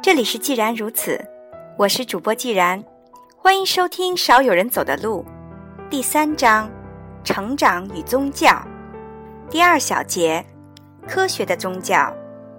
这里是既然如此，我是主播既然，欢迎收听少有人走的路第3章，成长与宗教，第2小节，科学的宗教。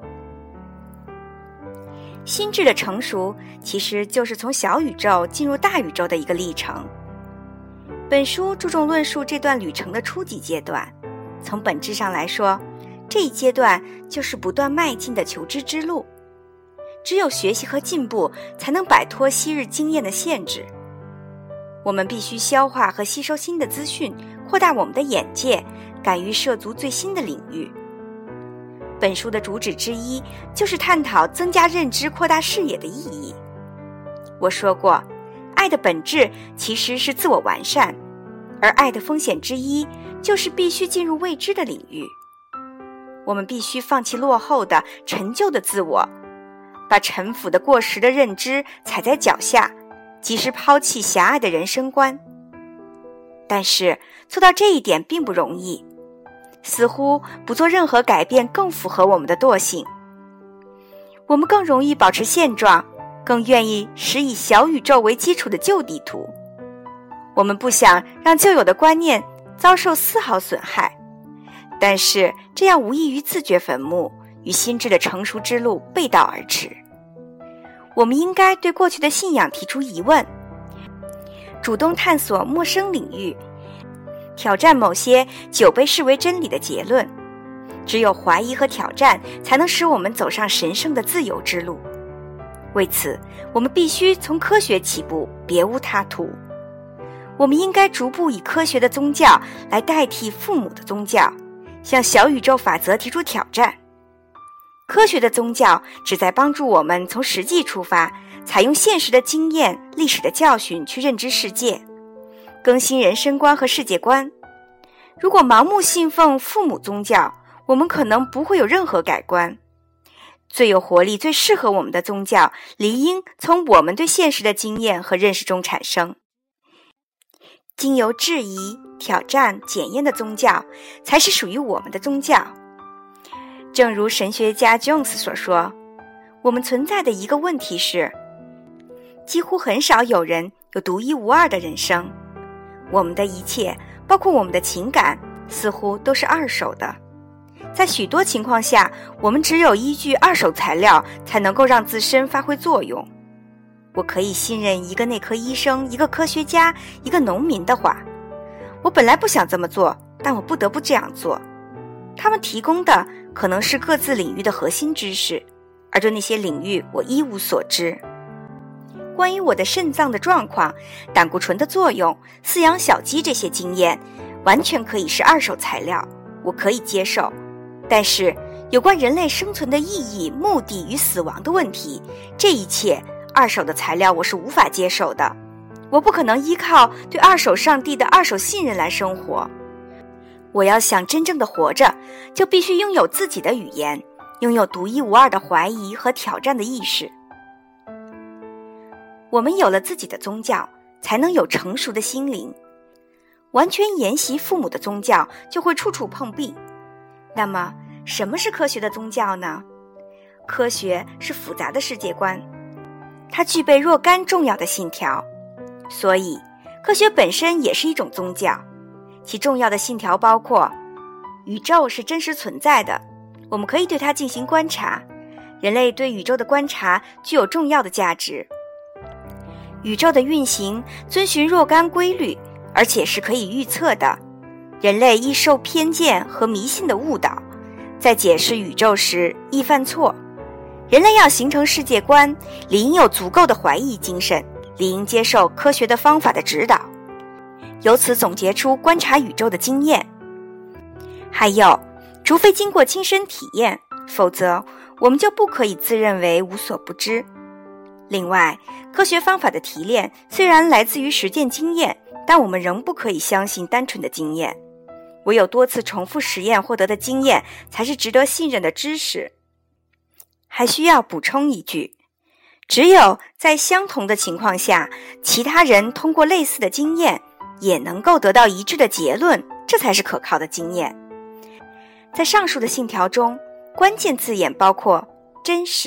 心智的成熟其实就是从小宇宙进入大宇宙的一个历程。本书注重论述这段旅程的初级阶段，从本质上来说，这一阶段就是不断迈进的求知之路。只有学习和进步，才能摆脱昔日经验的限制。我们必须消化和吸收新的资讯，扩大我们的眼界，敢于涉足最新的领域。本书的主旨之一，就是探讨增加认知、扩大视野的意义。我说过，爱的本质其实是自我完善，而爱的风险之一，就是必须进入未知的领域。我们必须放弃落后的、陈旧的自我，把陈腐的过时的认知踩在脚下，及时抛弃狭隘的人生观。但是做到这一点并不容易，似乎不做任何改变更符合我们的惰性。我们更容易保持现状，更愿意使以小宇宙为基础的旧地图。我们不想让旧有的观念遭受丝毫损害，但是这样无异于自掘坟墓，与心智的成熟之路背道而驰。我们应该对过去的信仰提出疑问，主动探索陌生领域，挑战某些久被视为真理的结论。只有怀疑和挑战，才能使我们走上神圣的自由之路。为此，我们必须从科学起步，别无他途。我们应该逐步以科学的宗教来代替父母的宗教，向小宇宙法则提出挑战。科学的宗教旨在帮助我们从实际出发，采用现实的经验、历史的教训去认知世界，更新人生观和世界观。如果盲目信奉父母宗教，我们可能不会有任何改观。最有活力、最适合我们的宗教，理应从我们对现实的经验和认识中产生。经由质疑、挑战、检验的宗教，才是属于我们的宗教。正如神学家 Jones 所说，我们存在的一个问题是，几乎很少有人有独一无二的人生。我们的一切，包括我们的情感，似乎都是二手的。在许多情况下，我们只有依据二手材料，才能够让自身发挥作用。我可以信任一个内科医生、一个科学家、一个农民的话。我本来不想这么做，但我不得不这样做。他们提供的可能是各自领域的核心知识，而对那些领域我一无所知。关于我的肾脏的状况、胆固醇的作用、饲养小鸡这些经验，完全可以是二手材料，我可以接受。但是有关人类生存的意义、目的与死亡的问题，这一切二手的材料我是无法接受的。我不可能依靠对二手上帝的二手信任来生活。我要想真正的活着，就必须拥有自己的语言，拥有独一无二的怀疑和挑战的意识。我们有了自己的宗教，才能有成熟的心灵。完全沿袭父母的宗教，就会处处碰壁。那么，什么是科学的宗教呢？科学是复杂的世界观，它具备若干重要的信条，所以科学本身也是一种宗教。其重要的信条包括：宇宙是真实存在的，我们可以对它进行观察，人类对宇宙的观察具有重要的价值。宇宙的运行遵循若干规律，而且是可以预测的。人类易受偏见和迷信的误导，在解释宇宙时易犯错。人类要形成世界观，理应有足够的怀疑精神，理应接受科学的方法的指导，由此总结出观察宇宙的经验。还有，除非经过亲身体验，否则我们就不可以自认为无所不知。另外，科学方法的提炼虽然来自于实践经验，但我们仍不可以相信单纯的经验。唯有多次重复实验获得的经验，才是值得信任的知识。还需要补充一句，只有在相同的情况下，其他人通过类似的经验也能够得到一致的结论，这才是可靠的经验。在上述的信条中，关键字眼包括真实、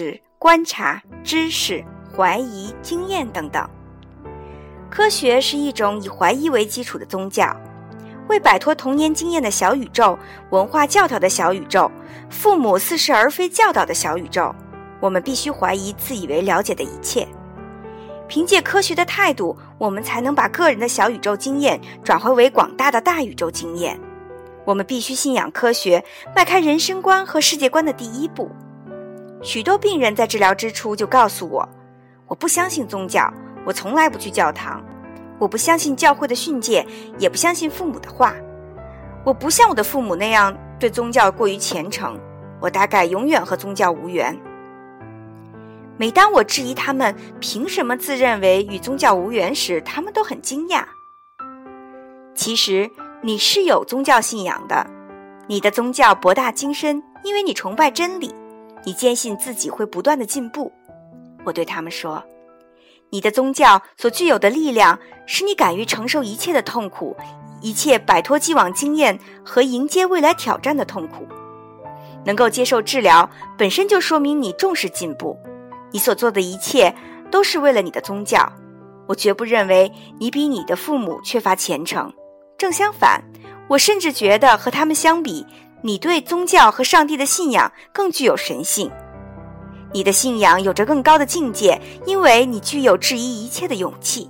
观察、知识、怀疑、经验等等。科学是一种以怀疑为基础的宗教，为摆脱童年经验的小宇宙、文化教条的小宇宙、父母似是而非教导的小宇宙，我们必须怀疑自以为了解的一切。凭借科学的态度，我们才能把个人的小宇宙经验转化为广大的大宇宙经验。我们必须信仰科学，迈开人生观和世界观的第一步。许多病人在治疗之初就告诉我，我不相信宗教，我从来不去教堂，我不相信教会的训诫，也不相信父母的话，我不像我的父母那样对宗教过于虔诚，我大概永远和宗教无缘。每当我质疑他们凭什么自认为与宗教无缘时，他们都很惊讶。其实你是有宗教信仰的，你的宗教博大精深，因为你崇拜真理，你坚信自己会不断地进步。我对他们说，你的宗教所具有的力量，使你敢于承受一切的痛苦，一切摆脱既往经验和迎接未来挑战的痛苦。能够接受治疗，本身就说明你重视进步。你所做的一切都是为了你的宗教。我绝不认为你比你的父母缺乏虔诚，正相反，我甚至觉得和他们相比，你对宗教和上帝的信仰更具有神性。你的信仰有着更高的境界，因为你具有质疑一切的勇气。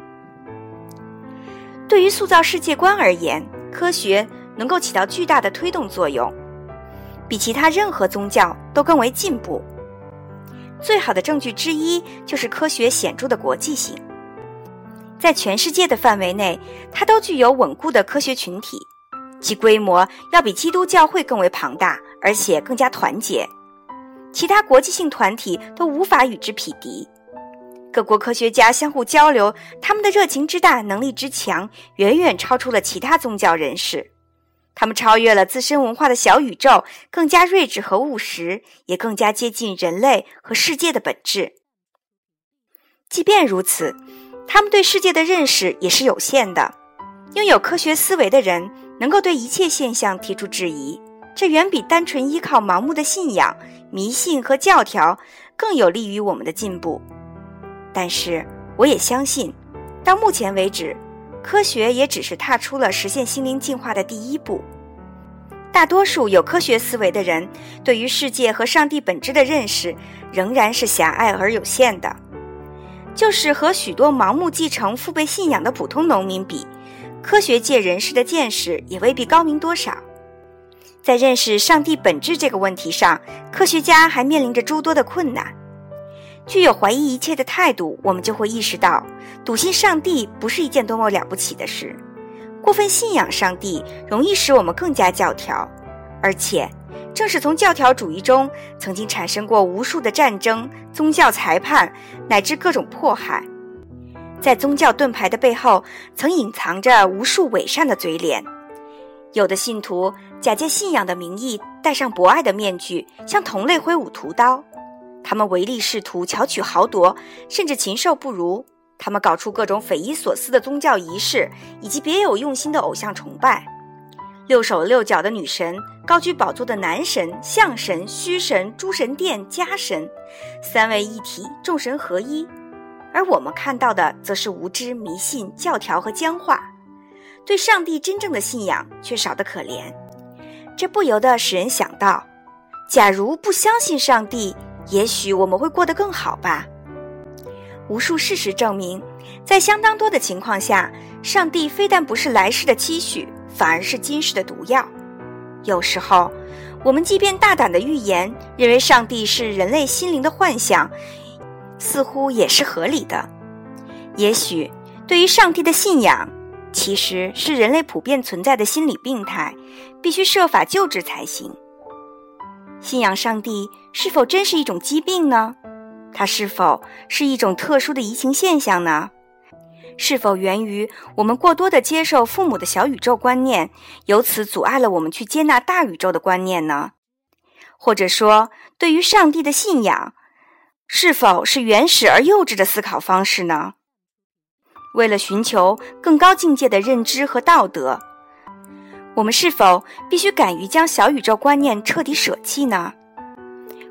对于塑造世界观而言，科学能够起到巨大的推动作用，比其他任何宗教都更为进步。最好的证据之一就是科学显著的国际性。在全世界的范围内，它都具有稳固的科学群体，其规模要比基督教会更为庞大，而且更加团结。其他国际性团体都无法与之匹敌。各国科学家相互交流，他们的热情之大，能力之强，远远超出了其他宗教人士。他们超越了自身文化的小宇宙，更加睿智和务实，也更加接近人类和世界的本质。即便如此，他们对世界的认识也是有限的。拥有科学思维的人能够对一切现象提出质疑，这远比单纯依靠盲目的信仰、迷信和教条更有利于我们的进步。但是我也相信，到目前为止，科学也只是踏出了实现心灵进化的第一步。大多数有科学思维的人对于世界和上帝本质的认识仍然是狭隘而有限的。就是和许多盲目继承父辈信仰的普通农民比，科学界人士的见识也未必高明多少。在认识上帝本质这个问题上，科学家还面临着诸多的困难。具有怀疑一切的态度，我们就会意识到，笃信上帝不是一件多么了不起的事。过分信仰上帝容易使我们更加教条，而且正是从教条主义中曾经产生过无数的战争、宗教裁判乃至各种迫害。在宗教盾牌的背后，曾隐藏着无数伪善的嘴脸。有的信徒假借信仰的名义，戴上博爱的面具，向同类挥舞屠刀。他们唯利是图，巧取豪夺，甚至禽兽不如。他们搞出各种匪夷所思的宗教仪式，以及别有用心的偶像崇拜。六手六脚的女神，高居宝座的男神、象神、虚神、诸神殿、家神，三位一体，众神合一。而我们看到的则是无知、迷信、教条和僵化，对上帝真正的信仰却少得可怜。这不由得使人想到，假如不相信上帝，也许我们会过得更好吧。无数事实证明，在相当多的情况下，上帝非但不是来世的期许，反而是今世的毒药。有时候，我们即便大胆的预言，认为上帝是人类心灵的幻想，似乎也是合理的。也许，对于上帝的信仰，其实是人类普遍存在的心理病态，必须设法救治才行。信仰上帝是否真是一种疾病呢？它是否是一种特殊的移情现象呢？是否源于我们过多地接受父母的小宇宙观念，由此阻碍了我们去接纳大宇宙的观念呢？或者说，对于上帝的信仰，是否是原始而幼稚的思考方式呢？为了寻求更高境界的认知和道德，我们是否必须敢于将小宇宙观念彻底舍弃呢？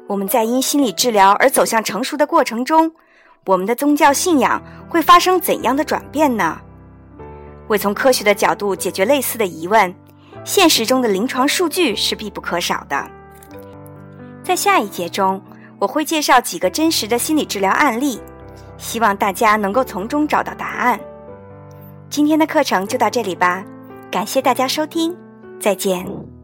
我们在因心理治疗而走向成熟的过程中，我们的宗教信仰会发生怎样的转变呢？为从科学的角度解决类似的疑问，现实中的临床数据是必不可少的。在下一节中，我会介绍几个真实的心理治疗案例，希望大家能够从中找到答案。今天的课程就到这里吧，感谢大家收听，再见。